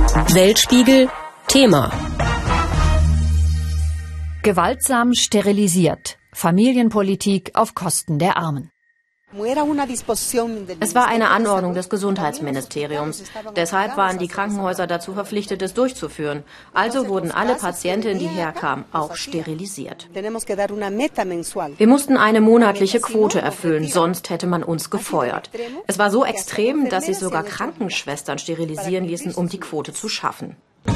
Weltspiegel Thema: Gewaltsam sterilisiert. Familienpolitik auf Kosten der Armen. Es war eine Anordnung des Gesundheitsministeriums. Deshalb waren die Krankenhäuser dazu verpflichtet, es durchzuführen. Also wurden alle Patientinnen, die herkamen, auch sterilisiert. Wir mussten eine monatliche Quote erfüllen, sonst hätte man uns gefeuert. Es war so extrem, dass sich sogar Krankenschwestern sterilisieren ließen, um die Quote zu schaffen.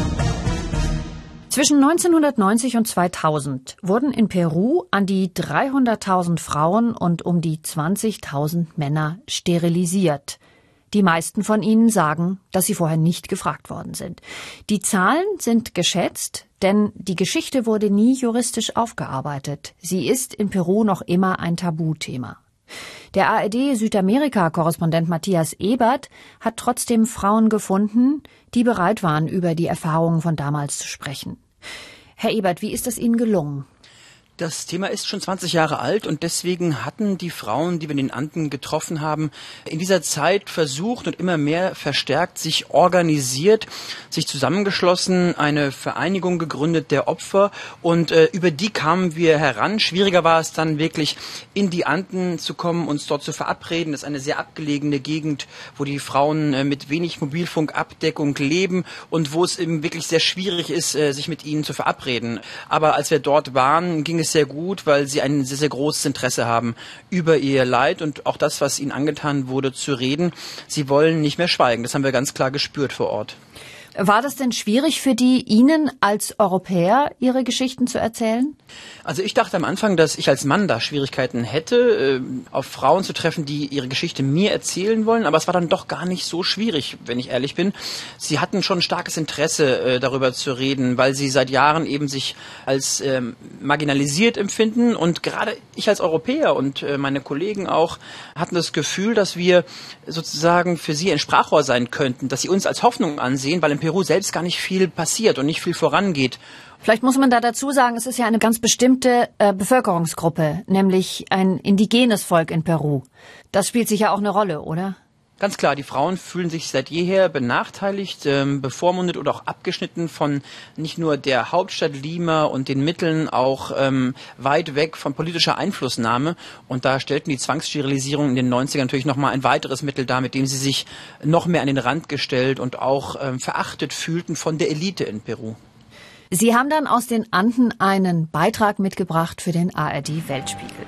Zwischen 1990 und 2000 wurden in Peru an die 300.000 Frauen und um die 20.000 Männer sterilisiert. Die meisten von ihnen sagen, dass sie vorher nicht gefragt worden sind. Die Zahlen sind geschätzt, denn die Geschichte wurde nie juristisch aufgearbeitet. Sie ist in Peru noch immer ein Tabuthema. Der ARD-Südamerika-Korrespondent Matthias Ebert hat trotzdem Frauen gefunden, die bereit waren, über die Erfahrungen von damals zu sprechen. Herr Ebert, wie ist es Ihnen gelungen? Das Thema ist schon 20 Jahre alt und deswegen hatten die Frauen, die wir in den Anden getroffen haben, in dieser Zeit versucht und immer mehr verstärkt sich organisiert, sich zusammengeschlossen, eine Vereinigung gegründet der Opfer und über die kamen wir heran. Schwieriger war es dann wirklich in die Anden zu kommen, uns dort zu verabreden. Das ist eine sehr abgelegene Gegend, wo die Frauen mit wenig Mobilfunkabdeckung leben und wo es eben wirklich sehr schwierig ist, sich mit ihnen zu verabreden. Aber als wir dort waren, ging es sehr gut, weil sie ein sehr, sehr großes Interesse haben, über ihr Leid und auch das, was ihnen angetan wurde, zu reden. Sie wollen nicht mehr schweigen. Das haben wir ganz klar gespürt vor Ort. War das denn schwierig für die, Ihnen als Europäer Ihre Geschichten zu erzählen? Also ich dachte am Anfang, dass ich als Mann da Schwierigkeiten hätte, auf Frauen zu treffen, die ihre Geschichte mir erzählen wollen. Aber es war dann doch gar nicht so schwierig, wenn ich ehrlich bin. Sie hatten schon starkes Interesse, darüber zu reden, weil sie seit Jahren eben sich als marginalisiert empfinden. Und gerade ich als Europäer und meine Kollegen auch hatten das Gefühl, dass wir sozusagen für sie ein Sprachrohr sein könnten, dass sie uns als Hoffnung ansehen, weil in Peru selbst gar nicht viel passiert und nicht viel vorangeht. Vielleicht muss man da dazu sagen, es ist ja eine ganz bestimmte Bevölkerungsgruppe, nämlich ein indigenes Volk in Peru. Das spielt sicher auch eine Rolle, oder? Ganz klar, die Frauen fühlen sich seit jeher benachteiligt, bevormundet oder auch abgeschnitten von nicht nur der Hauptstadt Lima und den Mitteln, auch weit weg von politischer Einflussnahme. Und da stellten die Zwangssterilisierungen in den 90ern natürlich nochmal ein weiteres Mittel dar, mit dem sie sich noch mehr an den Rand gestellt und auch verachtet fühlten von der Elite in Peru. Sie haben dann aus den Anden einen Beitrag mitgebracht für den ARD-Weltspiegel.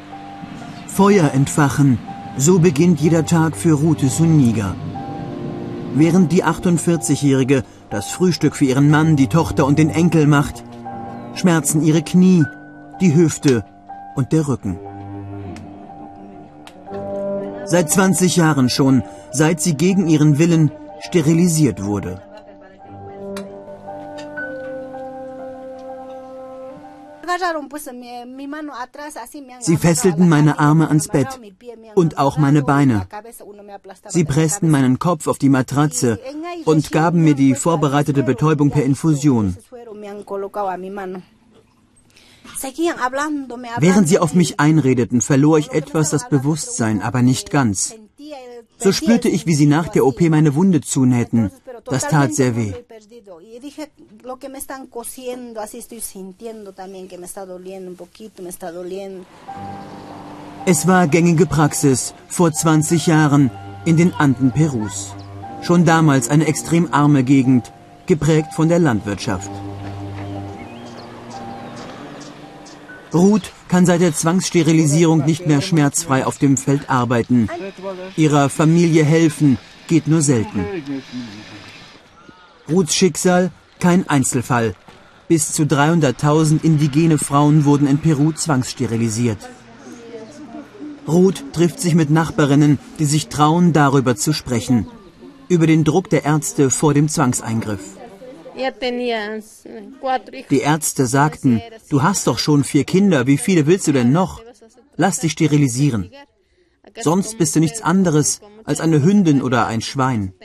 Feuer entfachen. So beginnt jeder Tag für Ruth Zuniga. Während die 48-Jährige das Frühstück für ihren Mann, die Tochter und den Enkel macht, schmerzen ihre Knie, die Hüfte und der Rücken. Seit 20 Jahren schon, seit sie gegen ihren Willen sterilisiert wurde. Sie fesselten meine Arme ans Bett und auch meine Beine. Sie pressten meinen Kopf auf die Matratze und gaben mir die vorbereitete Betäubung per Infusion. Während sie auf mich einredeten, verlor ich etwas das Bewusstsein, aber nicht ganz. So spürte ich, wie sie nach der OP meine Wunde zunähten. Das tat sehr weh. Es war gängige Praxis vor 20 Jahren in den Anden Perus. Schon damals eine extrem arme Gegend, geprägt von der Landwirtschaft. Ruth kann seit der Zwangssterilisierung nicht mehr schmerzfrei auf dem Feld arbeiten. Ihrer Familie helfen geht nur selten. Ruths Schicksal kein Einzelfall. Bis zu 300.000 indigene Frauen wurden in Peru zwangssterilisiert. Ruth trifft sich mit Nachbarinnen, die sich trauen, darüber zu sprechen. Über den Druck der Ärzte vor dem Zwangseingriff. Die Ärzte sagten, du hast doch schon 4 Kinder, wie viele willst du denn noch? Lass dich sterilisieren. Sonst bist du nichts anderes als eine Hündin oder ein Schwein.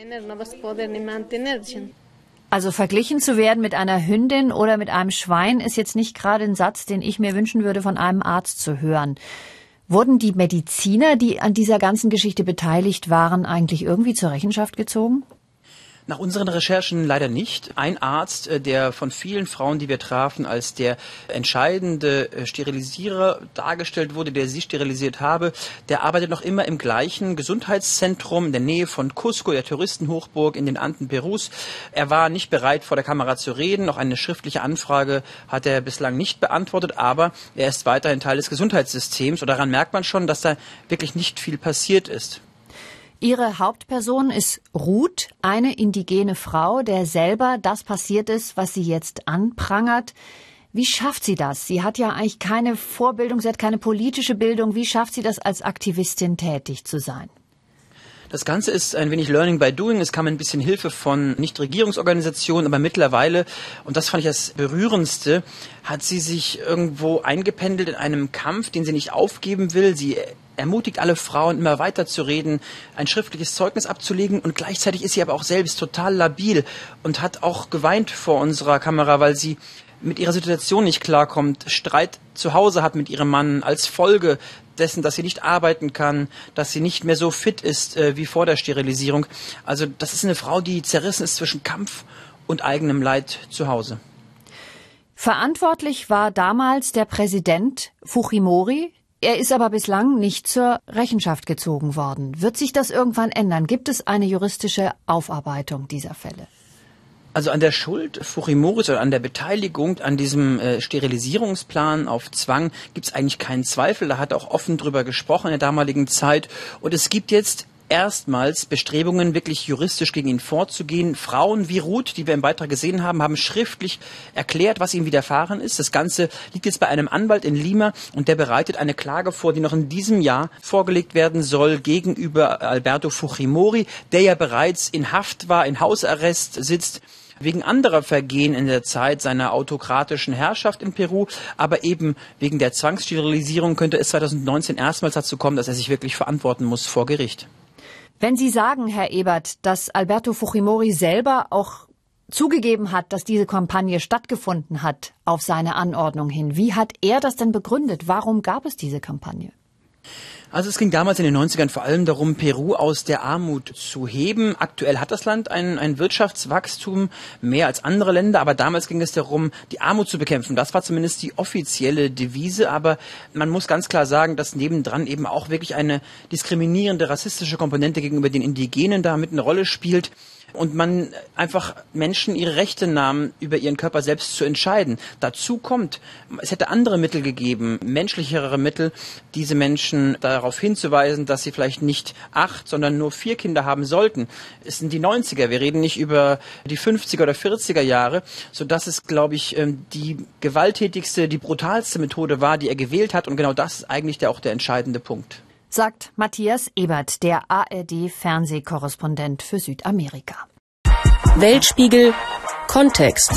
Also verglichen zu werden mit einer Hündin oder mit einem Schwein ist jetzt nicht gerade ein Satz, den ich mir wünschen würde, von einem Arzt zu hören. Wurden die Mediziner, die an dieser ganzen Geschichte beteiligt waren, eigentlich irgendwie zur Rechenschaft gezogen? Nach unseren Recherchen leider nicht. Ein Arzt, der von vielen Frauen, die wir trafen, als der entscheidende Sterilisierer dargestellt wurde, der sie sterilisiert habe, der arbeitet noch immer im gleichen Gesundheitszentrum in der Nähe von Cusco, der Touristenhochburg in den Anden Perus. Er war nicht bereit, vor der Kamera zu reden. Noch eine schriftliche Anfrage hat er bislang nicht beantwortet, aber er ist weiterhin Teil des Gesundheitssystems. Und daran merkt man schon, dass da wirklich nicht viel passiert ist. Ihre Hauptperson ist Ruth, eine indigene Frau, der selber das passiert ist, was sie jetzt anprangert. Wie schafft sie das? Sie hat ja eigentlich keine Vorbildung, sie hat keine politische Bildung. Wie schafft sie das, als Aktivistin tätig zu sein? Das Ganze ist ein wenig Learning by Doing. Es kam ein bisschen Hilfe von Nichtregierungsorganisationen, aber mittlerweile, und das fand ich das Berührendste, hat sie sich irgendwo eingependelt in einem Kampf, den sie nicht aufgeben will. Sie ermutigt alle Frauen, immer weiter zu reden, ein schriftliches Zeugnis abzulegen, und gleichzeitig ist sie aber auch selbst total labil und hat auch geweint vor unserer Kamera, weil sie mit ihrer Situation nicht klarkommt, Streit zu Hause hat mit ihrem Mann als Folge dessen, dass sie nicht arbeiten kann, dass sie nicht mehr so fit ist wie vor der Sterilisierung. Also das ist eine Frau, die zerrissen ist zwischen Kampf und eigenem Leid zu Hause. Verantwortlich war damals der Präsident Fujimori. Er ist aber bislang nicht zur Rechenschaft gezogen worden. Wird sich das irgendwann ändern? Gibt es eine juristische Aufarbeitung dieser Fälle? Also an der Schuld Fujimoris oder an der Beteiligung an diesem Sterilisierungsplan auf Zwang gibt es eigentlich keinen Zweifel. Da hat er auch offen drüber gesprochen in der damaligen Zeit. Und es gibt jetzt erstmals Bestrebungen, wirklich juristisch gegen ihn vorzugehen. Frauen wie Ruth, die wir im Beitrag gesehen haben, haben schriftlich erklärt, was ihm widerfahren ist. Das Ganze liegt jetzt bei einem Anwalt in Lima, und der bereitet eine Klage vor, die noch in diesem Jahr vorgelegt werden soll gegenüber Alberto Fujimori, der ja bereits in Haft war, in Hausarrest sitzt, wegen anderer Vergehen in der Zeit seiner autokratischen Herrschaft in Peru, aber eben wegen der Zwangssterilisierung könnte es 2019 erstmals dazu kommen, dass er sich wirklich verantworten muss vor Gericht. Wenn Sie sagen, Herr Ebert, dass Alberto Fujimori selber auch zugegeben hat, dass diese Kampagne stattgefunden hat auf seine Anordnung hin, wie hat er das denn begründet? Warum gab es diese Kampagne? Also es ging damals in den 90ern vor allem darum, Peru aus der Armut zu heben. Aktuell hat das Land ein Wirtschaftswachstum, mehr als andere Länder, aber damals ging es darum, die Armut zu bekämpfen. Das war zumindest die offizielle Devise, aber man muss ganz klar sagen, dass nebendran eben auch wirklich eine diskriminierende, rassistische Komponente gegenüber den Indigenen da mit eine Rolle spielt. Und man einfach Menschen ihre Rechte nahm, über ihren Körper selbst zu entscheiden. Dazu kommt, es hätte andere Mittel gegeben, menschlichere Mittel, diese Menschen darauf hinzuweisen, dass sie vielleicht nicht 8, sondern nur 4 Kinder haben sollten. Es sind die 90er, wir reden nicht über die 50er oder 40er Jahre, sodass es, glaube ich, die gewalttätigste, die brutalste Methode war, die er gewählt hat. Und genau das ist eigentlich auch der entscheidende Punkt. Sagt Matthias Ebert, der ARD-Fernsehkorrespondent für Südamerika. Weltspiegel Kontext.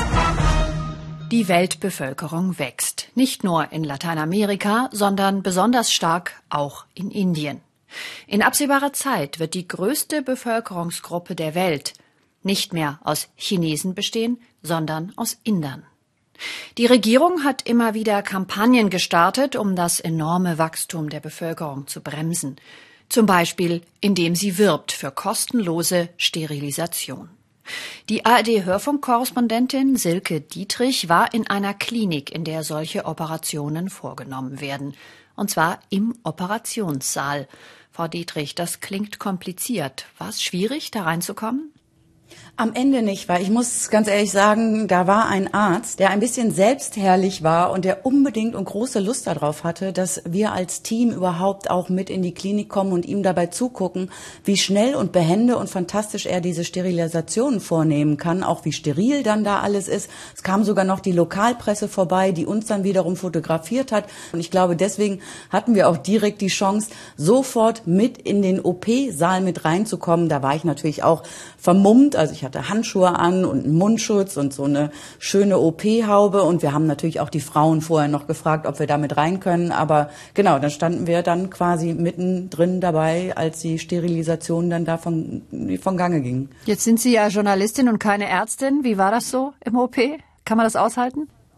Die Weltbevölkerung wächst. Nicht nur in Lateinamerika, sondern besonders stark auch in Indien. In absehbarer Zeit wird die größte Bevölkerungsgruppe der Welt nicht mehr aus Chinesen bestehen, sondern aus Indern. Die Regierung hat immer wieder Kampagnen gestartet, um das enorme Wachstum der Bevölkerung zu bremsen. Zum Beispiel, indem sie wirbt für kostenlose Sterilisation. Die ARD-Hörfunk-Korrespondentin Silke Dietrich war in einer Klinik, in der solche Operationen vorgenommen werden. Und zwar im Operationssaal. Frau Dietrich, das klingt kompliziert. War es schwierig, da reinzukommen? Am Ende nicht, weil ich muss ganz ehrlich sagen, da war ein Arzt, der ein bisschen selbstherrlich war und der unbedingt und große Lust darauf hatte, dass wir als Team überhaupt auch mit in die Klinik kommen und ihm dabei zugucken, wie schnell und behende und fantastisch er diese Sterilisationen vornehmen kann, auch wie steril dann da alles ist. Es kam sogar noch die Lokalpresse vorbei, die uns dann wiederum fotografiert hat. Und ich glaube, deswegen hatten wir auch direkt die Chance, sofort mit in den OP-Saal mit reinzukommen. Da war ich natürlich auch vermummt, also ich hatte Handschuhe an und einen Mundschutz und so eine schöne OP-Haube, und wir haben natürlich auch die Frauen vorher noch gefragt, ob wir da mit rein können, aber genau, dann standen wir dann quasi mittendrin dabei, als die Sterilisation dann da von Gange ging. Jetzt sind Sie ja Journalistin und keine Ärztin. Wie war das so im OP? Kann man das aushalten?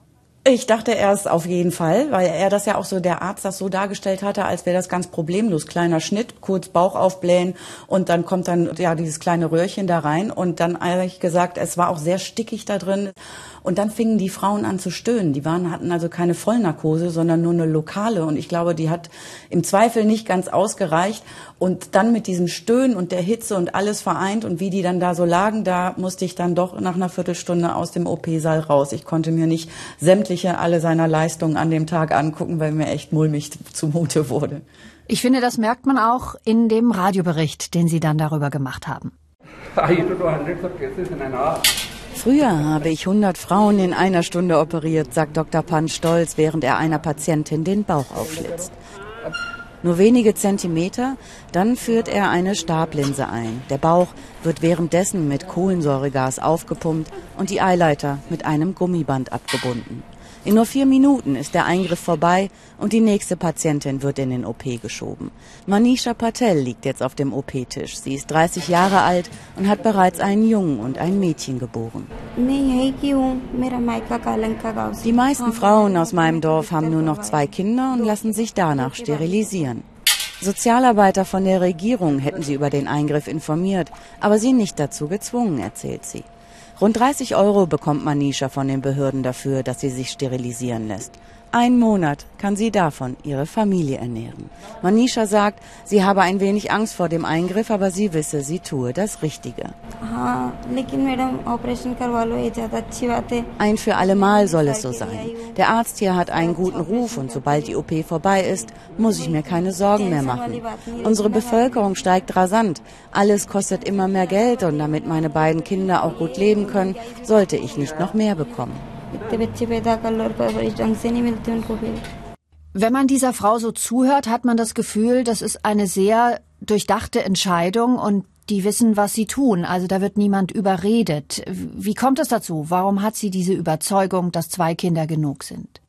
Ich dachte erst auf jeden Fall, weil er das ja auch so, der Arzt das so dargestellt hatte, als wäre das ganz problemlos. Kleiner Schnitt, kurz Bauch aufblähen und dann kommt dann ja dieses kleine Röhrchen da rein. Und dann ehrlich gesagt, es war auch sehr stickig da drin. Und dann fingen die Frauen an zu stöhnen. Die hatten also keine Vollnarkose, sondern nur eine lokale. Und ich glaube, die hat im Zweifel nicht ganz ausgereicht. Und dann mit diesem Stöhnen und der Hitze und alles vereint und wie die dann da so lagen, da musste ich dann doch nach einer Viertelstunde aus dem OP-Saal raus. Ich konnte mir nicht alle seiner Leistungen an dem Tag angucken, weil mir echt mulmig zumute wurde. Ich finde, das merkt man auch in dem Radiobericht, den Sie dann darüber gemacht haben. Früher habe ich 100 Frauen in einer Stunde operiert, sagt Dr. Pan stolz, während er einer Patientin den Bauch aufschlitzt. Nur wenige Zentimeter, dann führt er eine Stablinse ein. Der Bauch wird währenddessen mit Kohlensäuregas aufgepumpt und die Eileiter mit einem Gummiband abgebunden. In nur 4 Minuten ist der Eingriff vorbei und die nächste Patientin wird in den OP geschoben. Manisha Patel liegt jetzt auf dem OP-Tisch. Sie ist 30 Jahre alt und hat bereits einen Jungen und ein Mädchen geboren. Die meisten Frauen aus meinem Dorf haben nur noch 2 Kinder und lassen sich danach sterilisieren. Sozialarbeiter von der Regierung hätten sie über den Eingriff informiert, aber sie nicht dazu gezwungen, erzählt sie. Rund 30 € bekommt Manisha von den Behörden dafür, dass sie sich sterilisieren lässt. 1 Monat kann sie davon ihre Familie ernähren. Manisha sagt, sie habe ein wenig Angst vor dem Eingriff, aber sie wisse, sie tue das Richtige. Ein für alle Mal soll es so sein. Der Arzt hier hat einen guten Ruf und sobald die OP vorbei ist, muss ich mir keine Sorgen mehr machen. Unsere Bevölkerung steigt rasant. Alles kostet immer mehr Geld und damit meine beiden Kinder auch gut leben können, sollte ich nicht noch mehr bekommen. Wenn man dieser Frau so zuhört, hat man das Gefühl, das ist eine sehr durchdachte Entscheidung und die wissen, was sie tun. Also da wird niemand überredet. Wie kommt es dazu? Warum hat sie diese Überzeugung, dass 2 Kinder genug sind?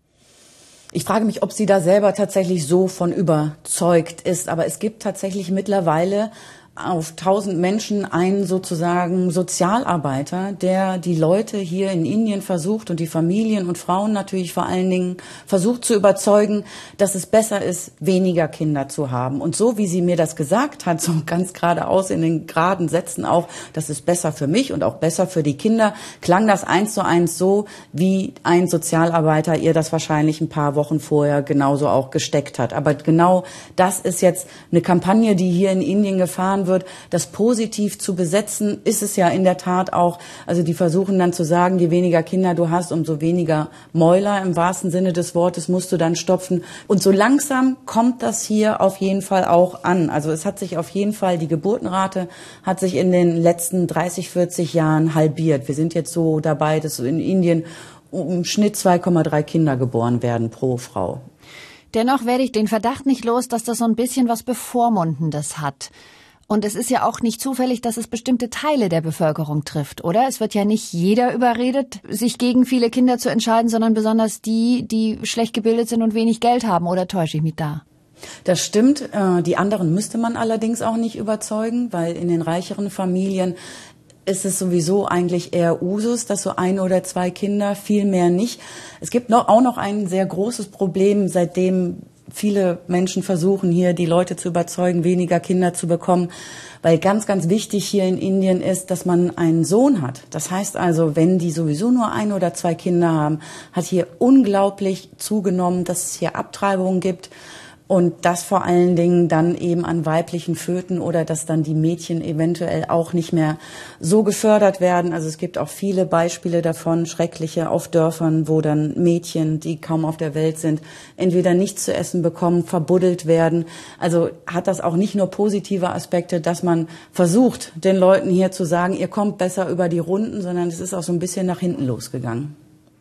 Ich frage mich, ob sie da selber tatsächlich so von überzeugt ist. Aber es gibt tatsächlich mittlerweile auf 1000 Menschen einen sozusagen Sozialarbeiter, der die Leute hier in Indien versucht und die Familien und Frauen natürlich vor allen Dingen versucht zu überzeugen, dass es besser ist, weniger Kinder zu haben. Und so wie sie mir das gesagt hat, so ganz geradeaus in den geraden Sätzen auch, das ist besser für mich und auch besser für die Kinder, klang das 1:1 so, wie ein Sozialarbeiter ihr das wahrscheinlich ein paar Wochen vorher genauso auch gesteckt hat. Aber genau das ist jetzt eine Kampagne, die hier in Indien gefahren wird, das positiv zu besetzen, ist es ja in der Tat auch. Also die versuchen dann zu sagen, je weniger Kinder du hast, umso weniger Mäuler im wahrsten Sinne des Wortes musst du dann stopfen. Und so langsam kommt das hier auf jeden Fall auch an. Also es hat sich auf jeden Fall, die Geburtenrate hat sich in den letzten 30, 40 Jahren halbiert. Wir sind jetzt so dabei, dass in Indien im Schnitt 2,3 Kinder geboren werden pro Frau. Dennoch werde ich den Verdacht nicht los, dass das so ein bisschen was Bevormundendes hat. Und es ist ja auch nicht zufällig, dass es bestimmte Teile der Bevölkerung trifft, oder? Es wird ja nicht jeder überredet, sich gegen viele Kinder zu entscheiden, sondern besonders die, die schlecht gebildet sind und wenig Geld haben. Oder täusche ich mich da? Das stimmt. Die anderen müsste man allerdings auch nicht überzeugen, weil in den reicheren Familien ist es sowieso eigentlich eher Usus, dass so 1 oder 2 Kinder, viel mehr nicht. Es gibt auch noch ein sehr großes Problem, seitdem viele Menschen versuchen hier, die Leute zu überzeugen, weniger Kinder zu bekommen, weil ganz, ganz wichtig hier in Indien ist, dass man einen Sohn hat. Das heißt also, wenn die sowieso nur 1 oder 2 Kinder haben, hat hier unglaublich zugenommen, dass es hier Abtreibungen gibt. Und das vor allen Dingen dann eben an weiblichen Föten oder dass dann die Mädchen eventuell auch nicht mehr so gefördert werden. Also es gibt auch viele Beispiele davon, schreckliche auf Dörfern, wo dann Mädchen, die kaum auf der Welt sind, entweder nichts zu essen bekommen, verbuddelt werden. Also hat das auch nicht nur positive Aspekte, dass man versucht, den Leuten hier zu sagen, ihr kommt besser über die Runden, sondern es ist auch so ein bisschen nach hinten losgegangen.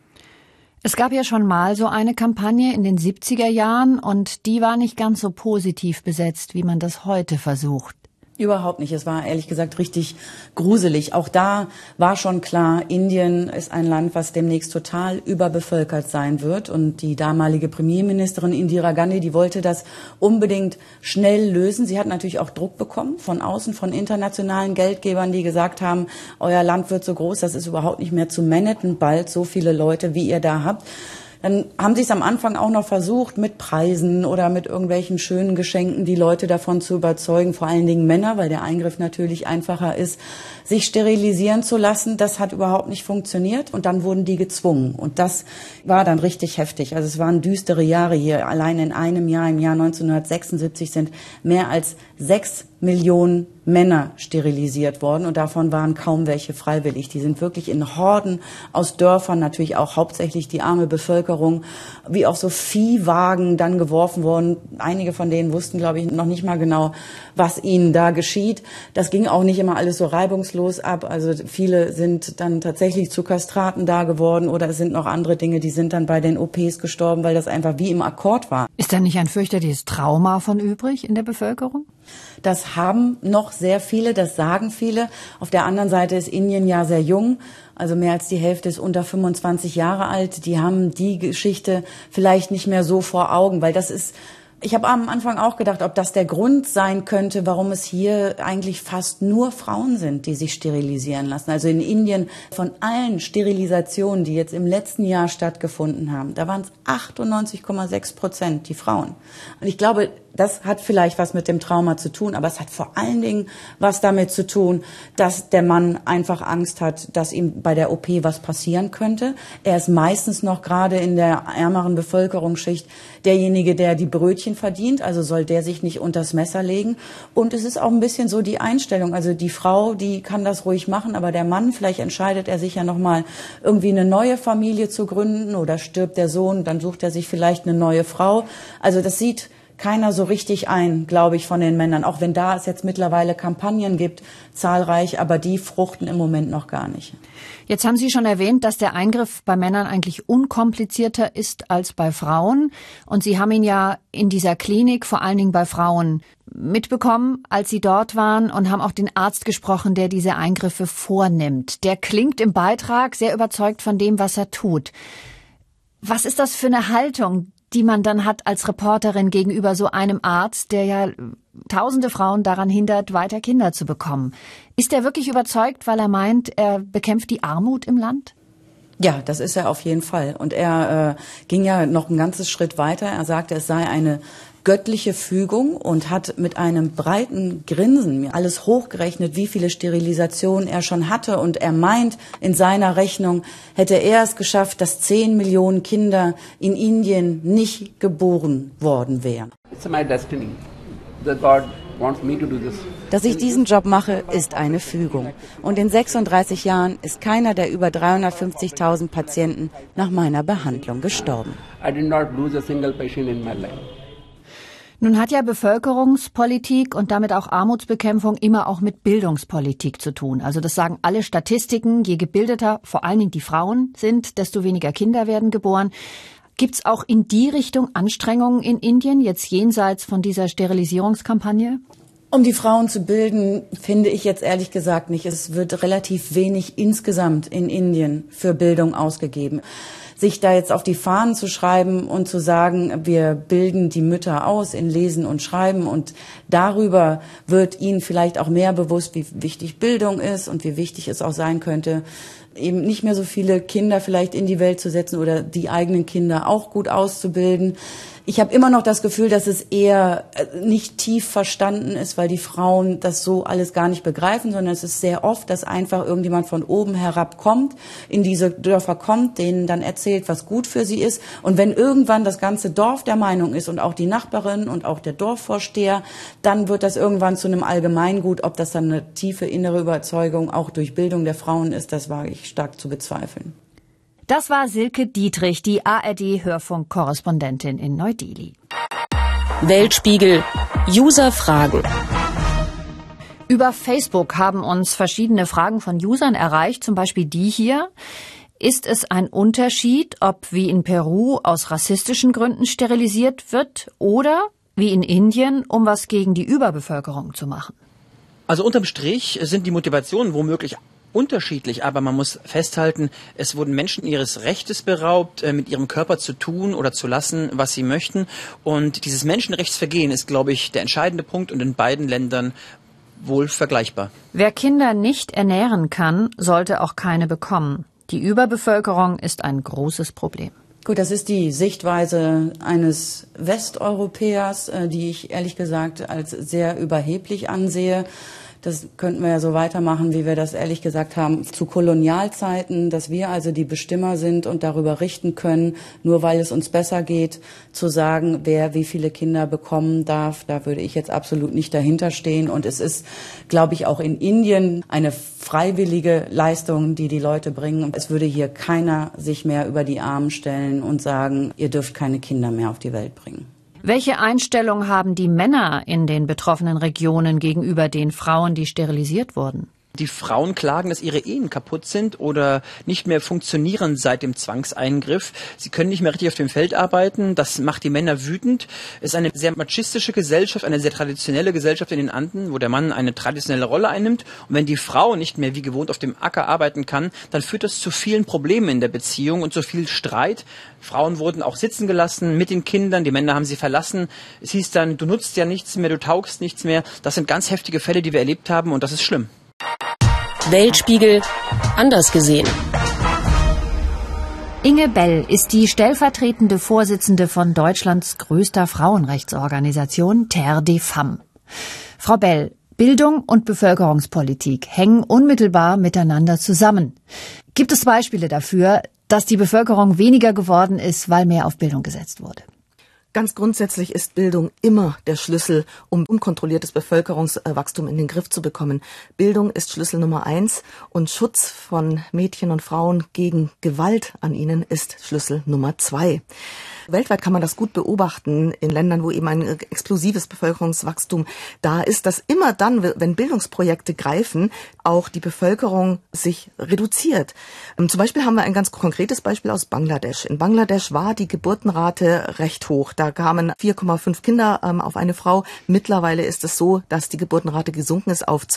Es gab ja schon mal so eine Kampagne in den 70er Jahren und die war nicht ganz so positiv besetzt, wie man das heute versucht. Überhaupt nicht. Es war ehrlich gesagt richtig gruselig. Auch da war schon klar, Indien ist ein Land, was demnächst total überbevölkert sein wird. Und die damalige Premierministerin Indira Gandhi, die wollte das unbedingt schnell lösen. Sie hat natürlich auch Druck bekommen von außen, von internationalen Geldgebern, die gesagt haben, euer Land wird so groß, das ist überhaupt nicht mehr zu managen, bald so viele Leute, wie ihr da habt. Dann haben sie es am Anfang auch noch versucht, mit Preisen oder mit irgendwelchen schönen Geschenken die Leute davon zu überzeugen, vor allen Dingen Männer, weil der Eingriff natürlich einfacher ist, sich sterilisieren zu lassen. Das hat überhaupt nicht funktioniert und dann wurden die gezwungen. Und das war dann richtig heftig. Also es waren düstere Jahre hier. Allein in einem Jahr, im Jahr 1976, sind mehr als 6 Millionen Männer sterilisiert worden und davon waren kaum welche freiwillig. Die sind wirklich in Horden aus Dörfern, natürlich auch hauptsächlich die arme Bevölkerung, wie auf so Viehwagen dann geworfen worden. Einige von denen wussten, glaube ich, noch nicht mal genau, was ihnen da geschieht. Das ging auch nicht immer alles so reibungslos ab. Also viele sind dann tatsächlich zu Kastraten da geworden oder es sind noch andere Dinge, die sind dann bei den OPs gestorben, weil das einfach wie im Akkord war. Ist da nicht ein fürchterliches Trauma von übrig in der Bevölkerung? Das haben noch sehr viele, das sagen viele. Auf der anderen Seite ist Indien ja sehr jung, also mehr als die Hälfte ist unter 25 Jahre alt. Die haben die Geschichte vielleicht nicht mehr so vor Augen, weil das ist, ich habe am Anfang auch gedacht, ob das der Grund sein könnte, warum es hier eigentlich fast nur Frauen sind, die sich sterilisieren lassen. Also in Indien von allen Sterilisationen, die jetzt im letzten Jahr stattgefunden haben, da waren es 98,6% die Frauen. Und ich glaube, das hat vielleicht was mit dem Trauma zu tun, aber es hat vor allen Dingen was damit zu tun, dass der Mann einfach Angst hat, dass ihm bei der OP was passieren könnte. Er ist meistens noch gerade in der ärmeren Bevölkerungsschicht derjenige, der die Brötchen verdient, also soll der sich nicht unters Messer legen. Und es ist auch ein bisschen so die Einstellung, also die Frau, die kann das ruhig machen, aber der Mann, vielleicht entscheidet er sich ja nochmal irgendwie eine neue Familie zu gründen oder stirbt der Sohn, dann sucht er sich vielleicht eine neue Frau. Also das sieht keiner so richtig ein, glaube ich, von den Männern. Auch wenn da es jetzt mittlerweile Kampagnen gibt, zahlreich, aber die fruchten im Moment noch gar nicht. Jetzt haben Sie schon erwähnt, dass der Eingriff bei Männern eigentlich unkomplizierter ist als bei Frauen. Und Sie haben ihn ja in dieser Klinik vor allen Dingen bei Frauen mitbekommen, als Sie dort waren und haben auch den Arzt gesprochen, der diese Eingriffe vornimmt. Der klingt im Beitrag sehr überzeugt von dem, was er tut. Was ist das für eine Haltung, die man dann hat als Reporterin gegenüber so einem Arzt, der ja tausende Frauen daran hindert, weiter Kinder zu bekommen? Ist er wirklich überzeugt, weil er meint, er bekämpft die Armut im Land? Ja, das ist er auf jeden Fall. Und er ging ja noch ein ganzes Schritt weiter. Er sagte, es sei eine göttliche Fügung und hat mit einem breiten Grinsen mir alles hochgerechnet, wie viele Sterilisationen er schon hatte. Und er meint, in seiner Rechnung hätte er es geschafft, dass 10 Millionen Kinder in Indien nicht geboren worden wären. It's my destiny. That God wants me to do this. Dass ich diesen Job mache, ist eine Fügung. Und in 36 Jahren ist keiner der über 350.000 Patienten nach meiner Behandlung gestorben. I did not lose a single patient in my life. Nun hat ja Bevölkerungspolitik und damit auch Armutsbekämpfung immer auch mit Bildungspolitik zu tun. Also das sagen alle Statistiken. Je gebildeter vor allen Dingen die Frauen sind, desto weniger Kinder werden geboren. Gibt's auch in die Richtung Anstrengungen in Indien, jetzt jenseits von dieser Sterilisierungskampagne? Um die Frauen zu bilden, finde ich jetzt ehrlich gesagt nicht. Es wird relativ wenig insgesamt in Indien für Bildung ausgegeben. Sich da jetzt auf die Fahnen zu schreiben und zu sagen, wir bilden die Mütter aus in Lesen und Schreiben und darüber wird ihnen vielleicht auch mehr bewusst, wie wichtig Bildung ist und wie wichtig es auch sein könnte, eben nicht mehr so viele Kinder vielleicht in die Welt zu setzen oder die eigenen Kinder auch gut auszubilden. Ich habe immer noch das Gefühl, dass es eher nicht tief verstanden ist, weil die Frauen das so alles gar nicht begreifen, sondern es ist sehr oft, dass einfach irgendjemand von oben herab kommt, in diese Dörfer kommt, denen dann erzählt, was gut für sie ist. Und wenn irgendwann das ganze Dorf der Meinung ist und auch die Nachbarin und auch der Dorfvorsteher, dann wird das irgendwann zu einem Allgemeingut. Ob das dann eine tiefe innere Überzeugung auch durch Bildung der Frauen ist, das wage ich stark zu bezweifeln. Das war Silke Dietrich, die ARD-Hörfunk-Korrespondentin in Neu-Delhi. Weltspiegel. User-Fragen. Über Facebook haben uns verschiedene Fragen von Usern erreicht, zum Beispiel die hier. Ist es ein Unterschied, ob wie in Peru aus rassistischen Gründen sterilisiert wird oder wie in Indien, um was gegen die Überbevölkerung zu machen? Also unterm Strich sind die Motivationen womöglich unterschiedlich, aber man muss festhalten, es wurden Menschen ihres Rechtes beraubt, mit ihrem Körper zu tun oder zu lassen, was sie möchten. Und dieses Menschenrechtsvergehen ist, glaube ich, der entscheidende Punkt und in beiden Ländern wohl vergleichbar. Wer Kinder nicht ernähren kann, sollte auch keine bekommen. Die Überbevölkerung ist ein großes Problem. Gut, das ist die Sichtweise eines Westeuropäers, die ich ehrlich gesagt als sehr überheblich ansehe. Das könnten wir ja so weitermachen, wie wir das ehrlich gesagt haben zu Kolonialzeiten, dass wir also die Bestimmer sind und darüber richten können, nur weil es uns besser geht, zu sagen, wer wie viele Kinder bekommen darf. Da würde ich jetzt absolut nicht dahinter stehen. Und es ist, glaube ich, auch in Indien eine freiwillige Leistung, die die Leute bringen. Und es würde hier keiner sich mehr über die Armen stellen und sagen, ihr dürft keine Kinder mehr auf die Welt bringen. Welche Einstellung haben die Männer in den betroffenen Regionen gegenüber den Frauen, die sterilisiert wurden? Die Frauen klagen, dass ihre Ehen kaputt sind oder nicht mehr funktionieren seit dem Zwangseingriff. Sie können nicht mehr richtig auf dem Feld arbeiten. Das macht die Männer wütend. Es ist eine sehr machistische Gesellschaft, eine sehr traditionelle Gesellschaft in den Anden, wo der Mann eine traditionelle Rolle einnimmt. Und wenn die Frau nicht mehr wie gewohnt auf dem Acker arbeiten kann, dann führt das zu vielen Problemen in der Beziehung und zu viel Streit. Frauen wurden auch sitzen gelassen mit den Kindern. Die Männer haben sie verlassen. Es hieß dann, du nutzt ja nichts mehr, du taugst nichts mehr. Das sind ganz heftige Fälle, die wir erlebt haben, und das ist schlimm. Weltspiegel anders gesehen. Inge Bell ist die stellvertretende Vorsitzende von Deutschlands größter Frauenrechtsorganisation Terre des Femmes. Frau Bell, Bildung und Bevölkerungspolitik hängen unmittelbar miteinander zusammen. Gibt es Beispiele dafür, dass die Bevölkerung weniger geworden ist, weil mehr auf Bildung gesetzt wurde? Ganz grundsätzlich ist Bildung immer der Schlüssel, um unkontrolliertes Bevölkerungswachstum in den Griff zu bekommen. Bildung ist Schlüssel Nummer 1 und Schutz von Mädchen und Frauen gegen Gewalt an ihnen ist Schlüssel Nummer 2. Weltweit kann man das gut beobachten in Ländern, wo eben ein explosives Bevölkerungswachstum da ist, dass immer dann, wenn Bildungsprojekte greifen, auch die Bevölkerung sich reduziert. Zum Beispiel haben wir ein ganz konkretes Beispiel aus Bangladesch. In Bangladesch war die Geburtenrate recht hoch. Da kamen 4,5 Kinder auf eine Frau. Mittlerweile ist es so, dass die Geburtenrate gesunken ist auf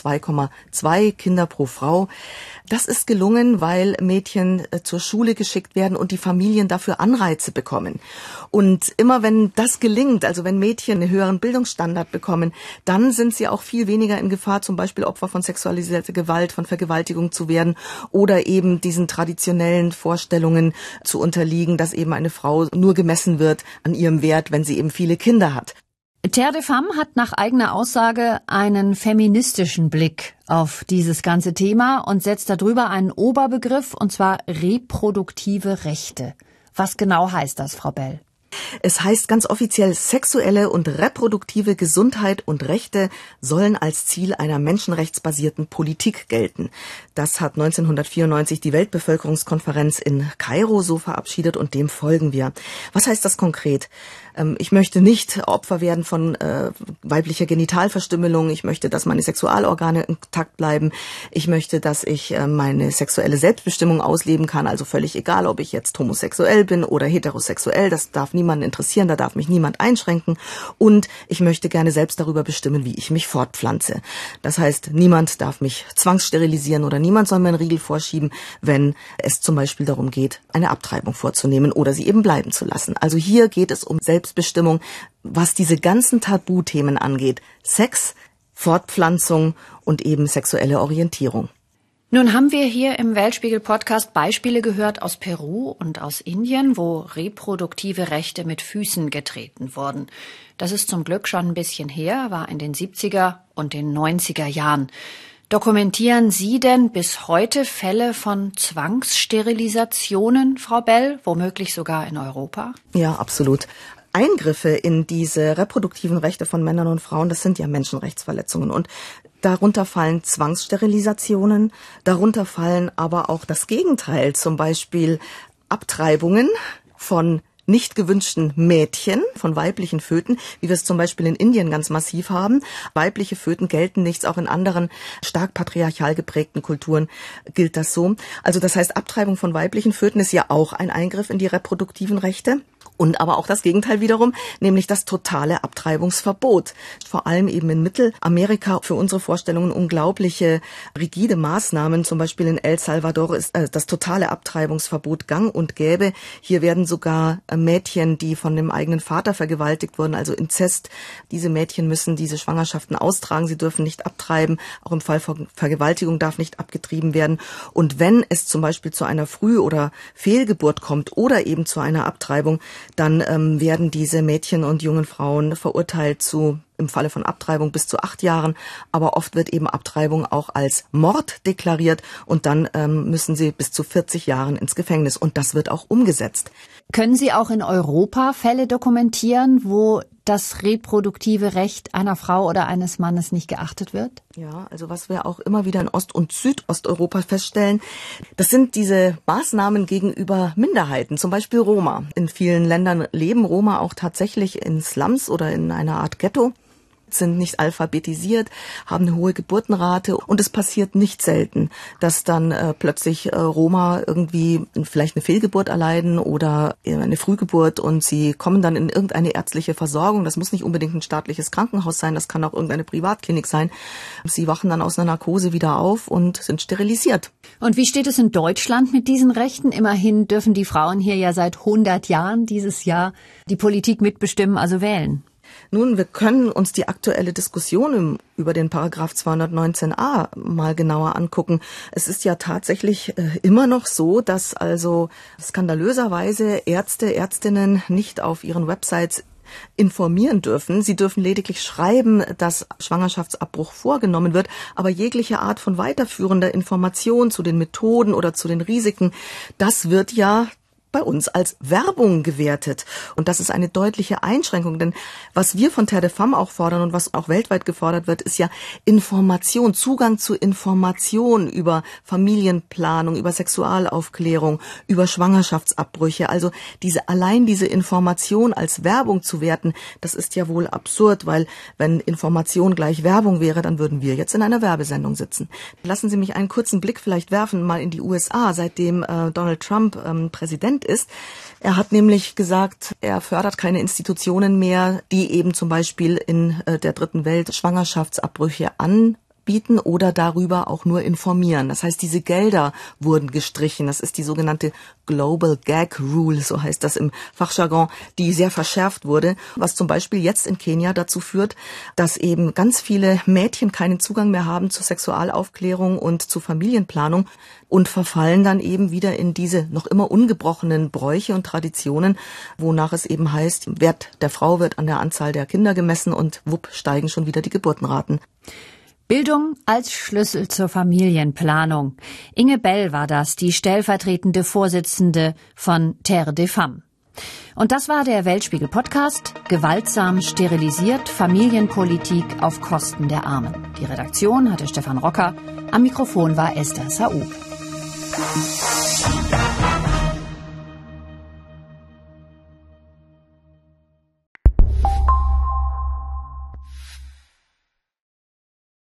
2,2 Kinder pro Frau. Das ist gelungen, weil Mädchen zur Schule geschickt werden und die Familien dafür Anreize bekommen. Und immer wenn das gelingt, also wenn Mädchen einen höheren Bildungsstandard bekommen, dann sind sie auch viel weniger in Gefahr, zum Beispiel Opfer von sexualisierter Gewalt, von Vergewaltigung zu werden oder eben diesen traditionellen Vorstellungen zu unterliegen, dass eben eine Frau nur gemessen wird an ihrem Wert, wenn sie eben viele Kinder hat. Terre des Femmes hat nach eigener Aussage einen feministischen Blick auf dieses ganze Thema und setzt darüber einen Oberbegriff, und zwar reproduktive Rechte. Was genau heißt das, Frau Bell? Es heißt ganz offiziell, sexuelle und reproduktive Gesundheit und Rechte sollen als Ziel einer menschenrechtsbasierten Politik gelten. Das hat 1994 die Weltbevölkerungskonferenz in Kairo so verabschiedet und dem folgen wir. Was heißt das konkret? Ich möchte nicht Opfer werden von weiblicher Genitalverstümmelung. Ich möchte, dass meine Sexualorgane intakt bleiben. Ich möchte, dass ich meine sexuelle Selbstbestimmung ausleben kann. Also völlig egal, ob ich jetzt homosexuell bin oder heterosexuell. Das darf niemanden interessieren. Da darf mich niemand einschränken. Und ich möchte gerne selbst darüber bestimmen, wie ich mich fortpflanze. Das heißt, niemand darf mich zwangssterilisieren oder niemand soll mir einen Riegel vorschieben, wenn es zum Beispiel darum geht, eine Abtreibung vorzunehmen oder sie eben bleiben zu lassen. Also hier geht es um Selbstbestimmung, was diese ganzen Tabuthemen angeht. Sex, Fortpflanzung und eben sexuelle Orientierung. Nun haben wir hier im Weltspiegel-Podcast Beispiele gehört aus Peru und aus Indien, wo reproduktive Rechte mit Füßen getreten wurden. Das ist zum Glück schon ein bisschen her, war in den 70er und den 90er Jahren. Dokumentieren Sie denn bis heute Fälle von Zwangssterilisationen, Frau Bell, womöglich sogar in Europa? Ja, absolut. Eingriffe in diese reproduktiven Rechte von Männern und Frauen, das sind ja Menschenrechtsverletzungen. Und darunter fallen Zwangssterilisationen, darunter fallen aber auch das Gegenteil, zum Beispiel Abtreibungen von nicht gewünschten Mädchen, von weiblichen Föten, wie wir es zum Beispiel in Indien ganz massiv haben. Weibliche Föten gelten nichts, auch in anderen stark patriarchal geprägten Kulturen gilt das so. Also das heißt, Abtreibung von weiblichen Föten ist ja auch ein Eingriff in die reproduktiven Rechte. Und aber auch das Gegenteil wiederum, nämlich das totale Abtreibungsverbot. Vor allem eben in Mittelamerika für unsere Vorstellungen unglaubliche rigide Maßnahmen. Zum Beispiel in El Salvador ist das totale Abtreibungsverbot gang und gäbe. Hier werden sogar Mädchen, die von dem eigenen Vater vergewaltigt wurden, also Inzest, diese Mädchen müssen diese Schwangerschaften austragen. Sie dürfen nicht abtreiben. Auch im Fall von Vergewaltigung darf nicht abgetrieben werden. Und wenn es zum Beispiel zu einer Früh- oder Fehlgeburt kommt oder eben zu einer Abtreibung, dann werden diese Mädchen und jungen Frauen verurteilt zu, im Falle von Abtreibung, bis zu 8 Jahren. Aber oft wird eben Abtreibung auch als Mord deklariert und dann müssen sie bis zu 40 Jahren ins Gefängnis. Und das wird auch umgesetzt. Können Sie auch in Europa Fälle dokumentieren, wo das reproduktive Recht einer Frau oder eines Mannes nicht geachtet wird? Ja, also was wir auch immer wieder in Ost- und Südosteuropa feststellen, das sind diese Maßnahmen gegenüber Minderheiten, zum Beispiel Roma. In vielen Ländern leben Roma auch tatsächlich in Slums oder in einer Art Ghetto, sind nicht alphabetisiert, haben eine hohe Geburtenrate und es passiert nicht selten, dass dann plötzlich Roma irgendwie vielleicht eine Fehlgeburt erleiden oder eine Frühgeburt und sie kommen dann in irgendeine ärztliche Versorgung. Das muss nicht unbedingt ein staatliches Krankenhaus sein, das kann auch irgendeine Privatklinik sein. Sie wachen dann aus einer Narkose wieder auf und sind sterilisiert. Und wie steht es in Deutschland mit diesen Rechten? Immerhin dürfen die Frauen hier ja seit 100 Jahren dieses Jahr die Politik mitbestimmen, also wählen. Nun, wir können uns die aktuelle Diskussion über den Paragraph 219a mal genauer angucken. Es ist ja tatsächlich immer noch so, dass also skandalöserweise Ärzte, Ärztinnen nicht auf ihren Websites informieren dürfen. Sie dürfen lediglich schreiben, dass Schwangerschaftsabbruch vorgenommen wird, aber jegliche Art von weiterführender Information zu den Methoden oder zu den Risiken, das wird ja bei uns als Werbung gewertet. Und das ist eine deutliche Einschränkung, denn was wir von Terre de Femme auch fordern und was auch weltweit gefordert wird, ist ja Information, Zugang zu Information über Familienplanung, über Sexualaufklärung, über Schwangerschaftsabbrüche. Also allein diese Information als Werbung zu werten, das ist ja wohl absurd, weil wenn Information gleich Werbung wäre, dann würden wir jetzt in einer Werbesendung sitzen. Lassen Sie mich einen kurzen Blick vielleicht werfen, mal in die USA, seitdem Donald Trump Präsident ist. Er hat nämlich gesagt, er fördert keine Institutionen mehr, die eben zum Beispiel in der dritten Welt Schwangerschaftsabbrüche anbieten oder darüber auch nur informieren. Das heißt, diese Gelder wurden gestrichen. Das ist die sogenannte Global Gag Rule, so heißt das im Fachjargon, die sehr verschärft wurde, was zum Beispiel jetzt in Kenia dazu führt, dass eben ganz viele Mädchen keinen Zugang mehr haben zur Sexualaufklärung und zu Familienplanung und verfallen dann eben wieder in diese noch immer ungebrochenen Bräuche und Traditionen, wonach es eben heißt, Wert der Frau wird an der Anzahl der Kinder gemessen und wupp steigen schon wieder die Geburtenraten. Bildung als Schlüssel zur Familienplanung. Inge Bell war das, die stellvertretende Vorsitzende von Terre de Femme. Und das war der Weltspiegel-Podcast, gewaltsam sterilisiert, Familienpolitik auf Kosten der Armen. Die Redaktion hatte Stefan Rocker, am Mikrofon war Esther Saou.